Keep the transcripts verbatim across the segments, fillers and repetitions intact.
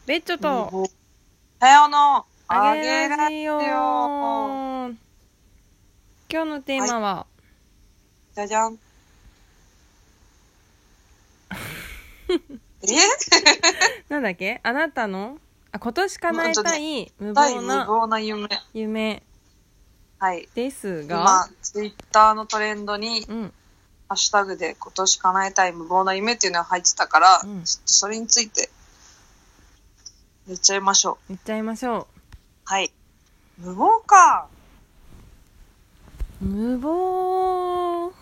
ベッチョとさよのああげげラジラジオ。 オ。今日のテーマは、 じゃじゃん。えなんだっけ？あなたのあ今年叶えたい無大無謀な謀な夢。 夢はい。 ですが、 今、ツイッターのトレンドに、 うん、 ハッシュタグで今年叶えたい無謀な夢っていうのが入ってたから、 うんちょっとそれについて言っちゃいましょう。 言っちゃいましょはい。無謀か。 う。無謀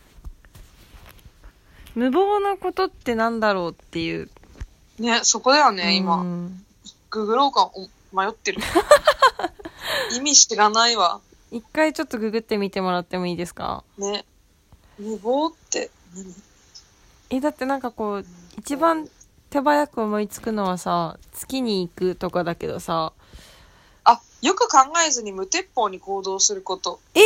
無謀なことってなんだろうっていうね、そこだよね、今。 うん、 ググろうか迷ってる。意味知らないわ。 一回ちょっとググってみてもらってもいいですか？ ね。無謀って何？ えだってなんかこう一番手早く思いつくのはさ、月に行くとかだけどさ、 あ、よく考えずに無鉄砲に行動すること。 えー、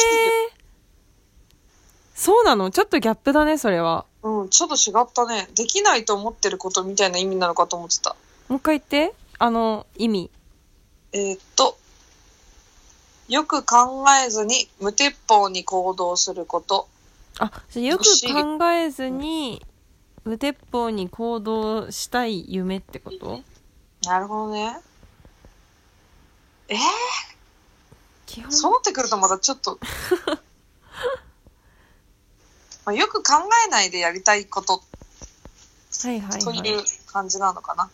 そうなの？ちょっとギャップだね、それは。 うん、ちょっと違ったね。できないと思ってることみたいな意味なのかと思ってた。 もう一回言って。あの、意味。 えーっと、よく考えずに無鉄砲に行動すること。 あ、じゃあよく考えずに、無鉄砲に行動したい夢ってこと？ なるほどね。えー、 基本そうなってくるとまたちょっと、まあ、よく考えないでやりたいことはいはいとはいいう感じなのかな。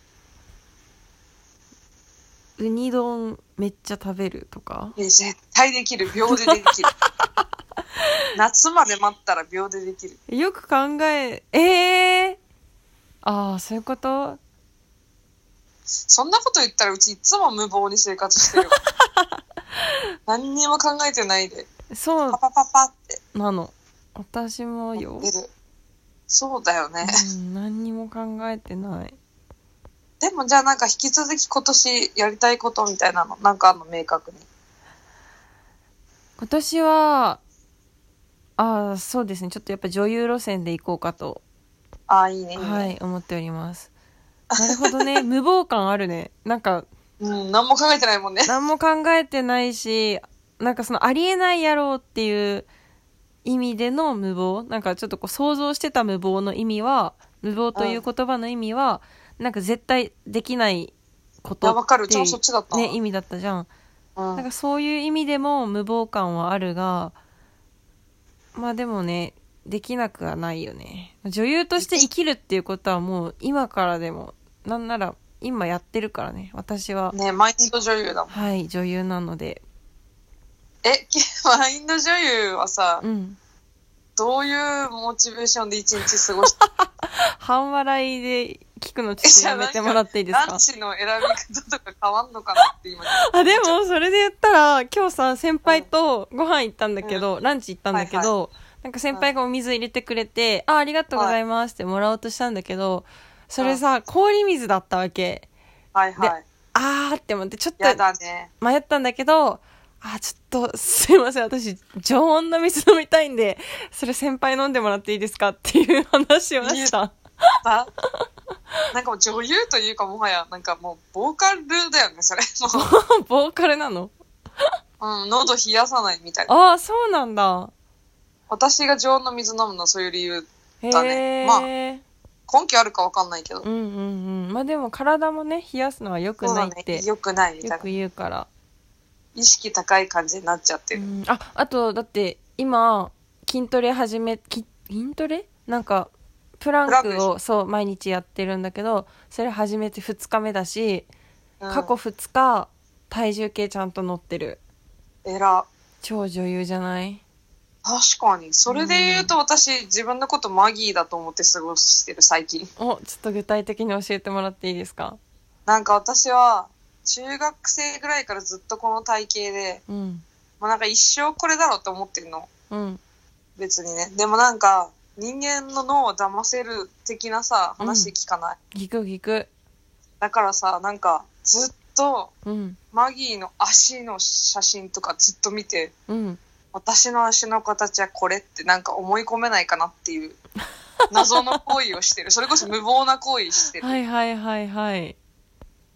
ウニ丼めっちゃ食べるとか？ え絶対できる。秒でできる。夏まで待ったら秒でできる。 よく考ええー、ああそういうこと？ そんなこと言ったらうちいつも無謀に生活してる。何にも考えてないで。 そうパパパパってなの。私もよ。 出る。そうだよね。 うん、何にも考えてない。 でもじゃあなんか引き続き今年やりたいことみたいなのなんかあんの明確に。 今年はああそうですね、ちょっとやっぱ女優路線で行こうかと、 ああいいねいいね。 はい思っております。なるほどね。無謀感あるね。なんかうん何も考えてないもんね。 何も考えてないし、なんかそのありえないやろうっていう意味での無謀、なんかちょっとこう想像してた無謀の意味は、無謀という言葉の意味は、うん、なんか絶対できないことっていう、 いやわかる。うちもそっちだったね、意味だったじゃん。 うん、 なんかそういう意味でも無謀感はあるが、まあでもね、できなくはないよね。女優として生きるっていうことはもう今からでも、なんなら今やってるからね、私は。 ねマインド女優だもん。 はい、女優なので。 え、マインド女優はさ、 うん。 どういうモチベーションで一日過ごした半笑いで聞くのちょっとやめてもらっていいですか？ ランチの選び方とか変わんのかなって今。 あ、でもそれで言ったら今日さ先輩とご飯行ったんだけど、うん、ランチ行ったんだけど、はいはい、なんか先輩がお水入れてくれて、うん、あ、ありがとうございますってもらおうとしたんだけど、それさ、うん、氷水だったわけ。 はいはい。 で、あーって思ってちょっと迷ったんだけど、あ、ちょっとすいません、私常温の水飲みたいんでそれ先輩飲んでもらっていいですかっていう話をした。 なんかもう女優というかもはやなんかもうボーカルだよねそれ。もうボーカルなの？ うん、喉冷やさないみたいな。 ああそうなんだ。 私が常温の水飲むのはそういう理由だね。まあ根拠あるかわかんないけど。 うんうんうん。まあでも体もね冷やすのは良くないって、 ね、良くないみたいなよく言うから。 意識高い感じになっちゃってる。 うん、あ、あとだって今筋トレ始め筋トレなんかプランクをそう毎日やってるんだけど、それ始めてふつかめだし、うん、過去ふつか体重計ちゃんと乗ってる。 えら。 超女優じゃない？ 確かに。それで言うと私、うん、自分のことマギーだと思って過ごしてる最近。 お、ちょっと具体的に教えてもらっていいですか？ なんか私は中学生ぐらいからずっとこの体型で、うん、まあなんか一生これだろうって思ってるの、うん、別にね。でもなんか人間の脳を騙せる的なさ話聞かない？ うん、聞く聞く。 だからさなんかずっと、うん、マギーの足の写真とかずっと見て、うん、私の足の形はこれってなんか思い込めないかなっていう謎の行為をしてる。それこそ無謀な行為してる。 はいはいはいはい。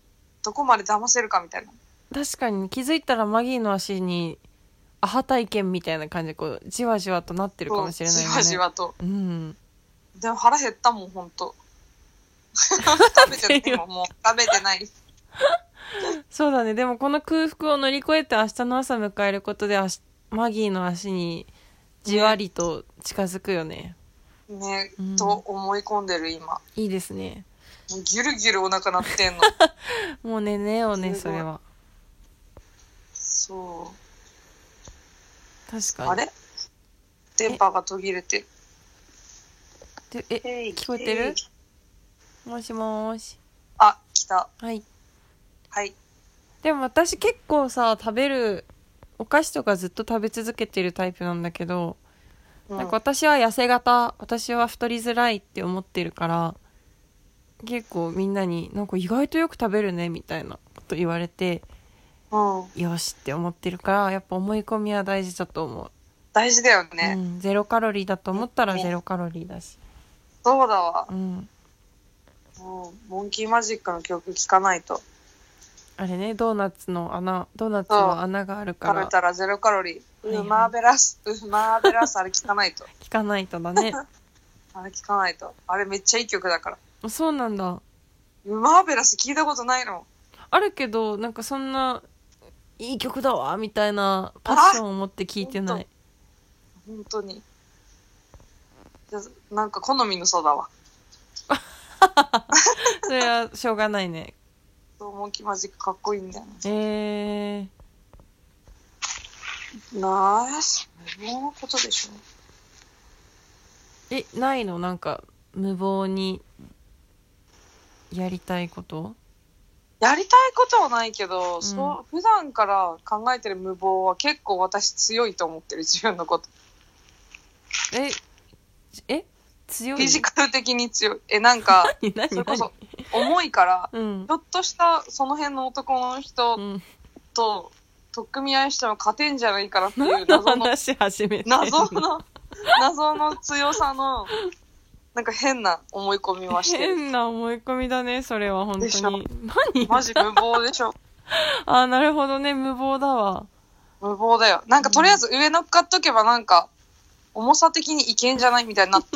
どこまで騙せるかみたいな。 確かに気づいたらマギーの足にアハ体験みたいな感じでこうじわじわとなってるかもしれないよね。 じわじわと。 うん。 でも腹減ったもん、ほんと。食べてないもん、もう食べてない。 そうだね。でもこの空腹を乗り越えて明日の朝迎えることでマギーの足にじわりと近づくよね。 ね、 うん、 と思い込んでる今。 いいですね。 もうギュルギュルお腹鳴ってんの。 もうね、寝ようね、それは。 そう。 確かに。 あれ電波が途切れてる。 でえ、聞こえてる？もしもーし。 あ、来た。 はい。 はい。 でも私結構さ、食べる、お菓子とかずっと食べ続けてるタイプなんだけど、うん、なんか私は痩せ型、私は太りづらいって思ってるから、結構みんなになんか意外とよく食べるねみたいなこと言われて、 うん、 よしって思ってるから、やっぱ思い込みは大事だと思う。 大事だよね。 うん、ゼロカロリーだと思ったらゼロカロリーだし。 そうだわ。 うん。 もうモンキーマジックの曲聴かないと。 あれね、ドーナツの穴、ドーナツは穴があるから。 食べたらゼロカロリー。はいはい、うマーベラス、うマーベラス、あれ聞かないと。 聞かないとだね。 あれ聞かないと。あれめっちゃいい曲だから。 そうなんだ。 うマーベラス聞いたことないの？ あるけど、なんかそんな、いい曲だわ、みたいなパッションを持って聞いてない。 本当に。じゃなんか好みの差だわ。 それはしょうがないね。 モンキーマジックかっこいいんだよね。 えー。なーし、無謀なことでしょ。 え、ないの？なんか、無謀にやりたいこと？ やりたいことはないけど、うん、そう普段から考えてる無謀は結構私強いと思ってる、自分のこと。 え、え強い？ フィジカル的に強い。え、なんか、 何何それこそ重いから、 うん、 ひょっとしたその辺の男の人と取っ組み合いしても勝てんじゃないかなっていう謎の、 話始めて謎の、謎の強さの、なんか変な思い込みはしてる。 変な思い込みだね、それは本当に。 何？マジ無謀でしょ。 あ、なるほどね、無謀だわ。 無謀だよ。なんかとりあえず上乗っかっとけばなんか、重さ的にいけんじゃないみたいになって、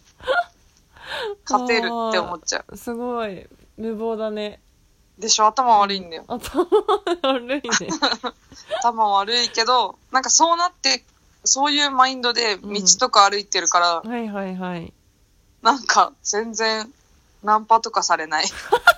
勝てるって思っちゃう。 すごい、無謀だね。 でしょ、頭悪いんだよ。 頭悪いね。 頭悪いけど、なんかそうなって、そういうマインドで道とか歩いてるから、 うん、はいはいはい。 なんか全然ナンパとかされない。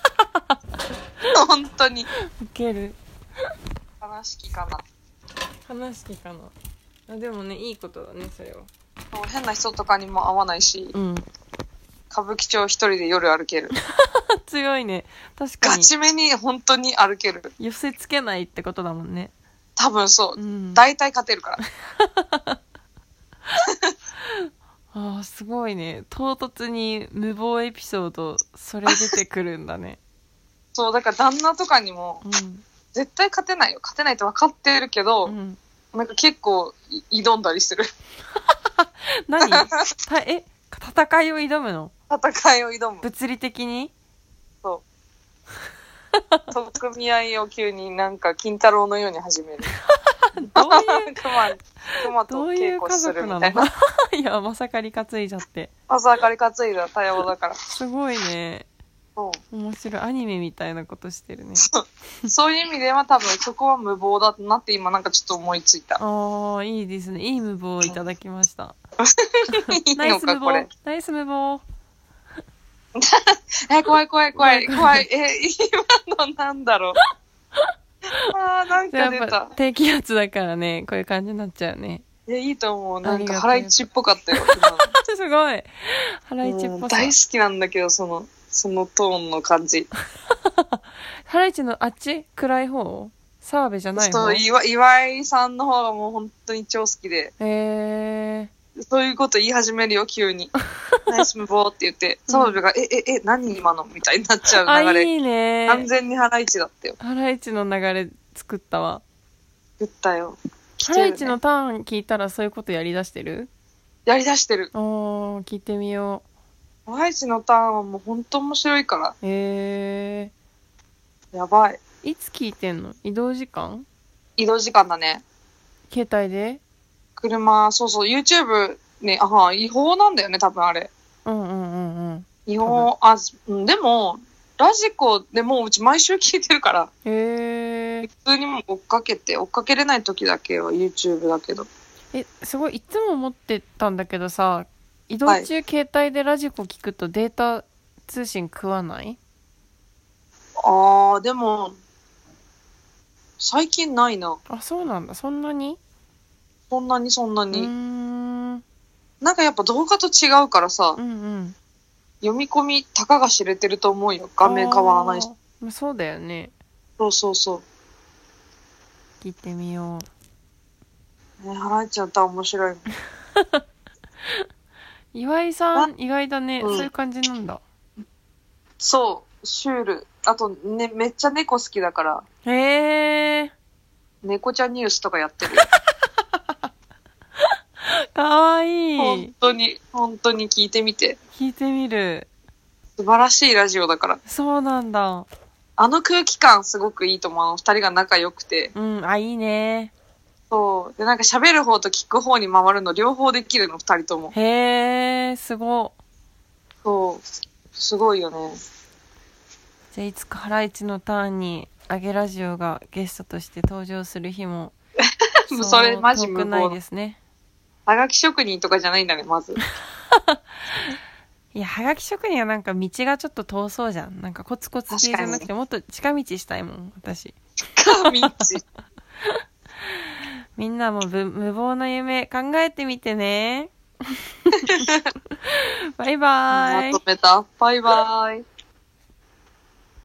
本当に。 ウケる。 話聞かな。 話聞かな。あ、でもね、いいことだね、それは。 変な人とかにも会わないし、 うん、 歌舞伎町一人で夜歩ける。 強いね。確かに。 ガチめに本当に歩ける。 寄せつけないってことだもんね。 多分そう。 うん、 大体勝てるから。 ああ、すごいね。唐突に無謀エピソード、それ出てくるんだね。 そう、だから旦那とかにも、うん、絶対勝てないよ。勝てないと分かってるけど、うん、なんか結構挑んだりする。 何？たえ、戦いを挑むの？ 戦いを挑む。 物理的に？ そう。取っ組み合いを急になんか金太郎のように始める。 どういう熊、熊と稽古するみたいな。 いや、まさかり担いじゃって。 まさかり担いだ多様だから。 すごいね。 そう。 面白い。アニメみたいなことしてるね。 そう。そういう意味では多分そこは無謀だなって今なんかちょっと思いついた。 ああ、いいですね。いい無謀をいただきました。 いいのかこれ。 ナイス無謀。 え、怖い怖い怖い怖い。え、今のなんだろう。あー、なんか出た。 低気圧だからね、こういう感じになっちゃうね。 いや、いいと思う。なんか、ハライチっぽかったよ。 すごい。ハライチっぽさ。 大好きなんだけど、その、そのトーンの感じ。 ハライチのあっち暗い方？澤部じゃない方？ そう、岩、岩井さんの方がもう本当に超好きで。 へー。 そういうこと言い始めるよ、急に。ナイス無謀って言って、澤部が、え、え、え、何今のみたいになっちゃう流れ。 あ、いいね。 完全にハライチだったよ。 ハライチの流れ作ったわ。 作ったよ。 ハライチのターン聞いたらそういうことやりだしてる？ やりだしてる。 おー、聞いてみよう。ハライチのターンはもう本当面白いから。 へー。 やばい。 いつ聞いてんの？移動時間？ 移動時間だね。 携帯で？ 車、そうそう、YouTube ね、あは、違法なんだよね、多分あれ。 うんうんうんうん。 違法、あ、でも、ラジコでもううち毎週聞いてるから。 へえ。 普通にもう追っかけて、追っかけれない時だけは YouTube だけど。 え、すごい、いつも思ってたんだけどさ、移動中、はい、携帯でラジコ聞くとデータ通信食わない？ あー、でも、最近ないな。 あ、そうなんだ。そんなに？ そんなにそんなに。 うーん。 なんかやっぱ動画と違うからさ、 うんうん、 読み込みたかが知れてると思うよ。画面変わらないし。 そうだよね。 そうそうそう。 聞いてみよう。ね、ハライチの歌面白い。 岩井さん意外だね、うん。そういう感じなんだ。 そう、シュール。あとね、めっちゃ猫好きだから。 へー。 猫ちゃんニュースとかやってる。 かわいい。 本当に、本当に聞いてみて。 聞いてみる。 素晴らしいラジオだから。 そうなんだ。 あの空気感すごくいいと思う。あの二人が仲良くて。 うん、あ、いいね。 そう。で、なんか喋る方と聞く方に回るの両方できるの、二人とも。 へー、すご。 そう。すごいよね。 じゃあいつかハライチのターンにあげラジオがゲストとして登場する日もそれマジ無謀。 遠くないですね。 はがき職人とかじゃないんだね、まず。 いや、はがき職人はなんか道がちょっと遠そうじゃん。なんかコツコツ系じゃなくてもっと近道したいもん、私。 近道。 みんなも無謀な夢考えてみてね。バイバーイ。 まとめた。バイバイ。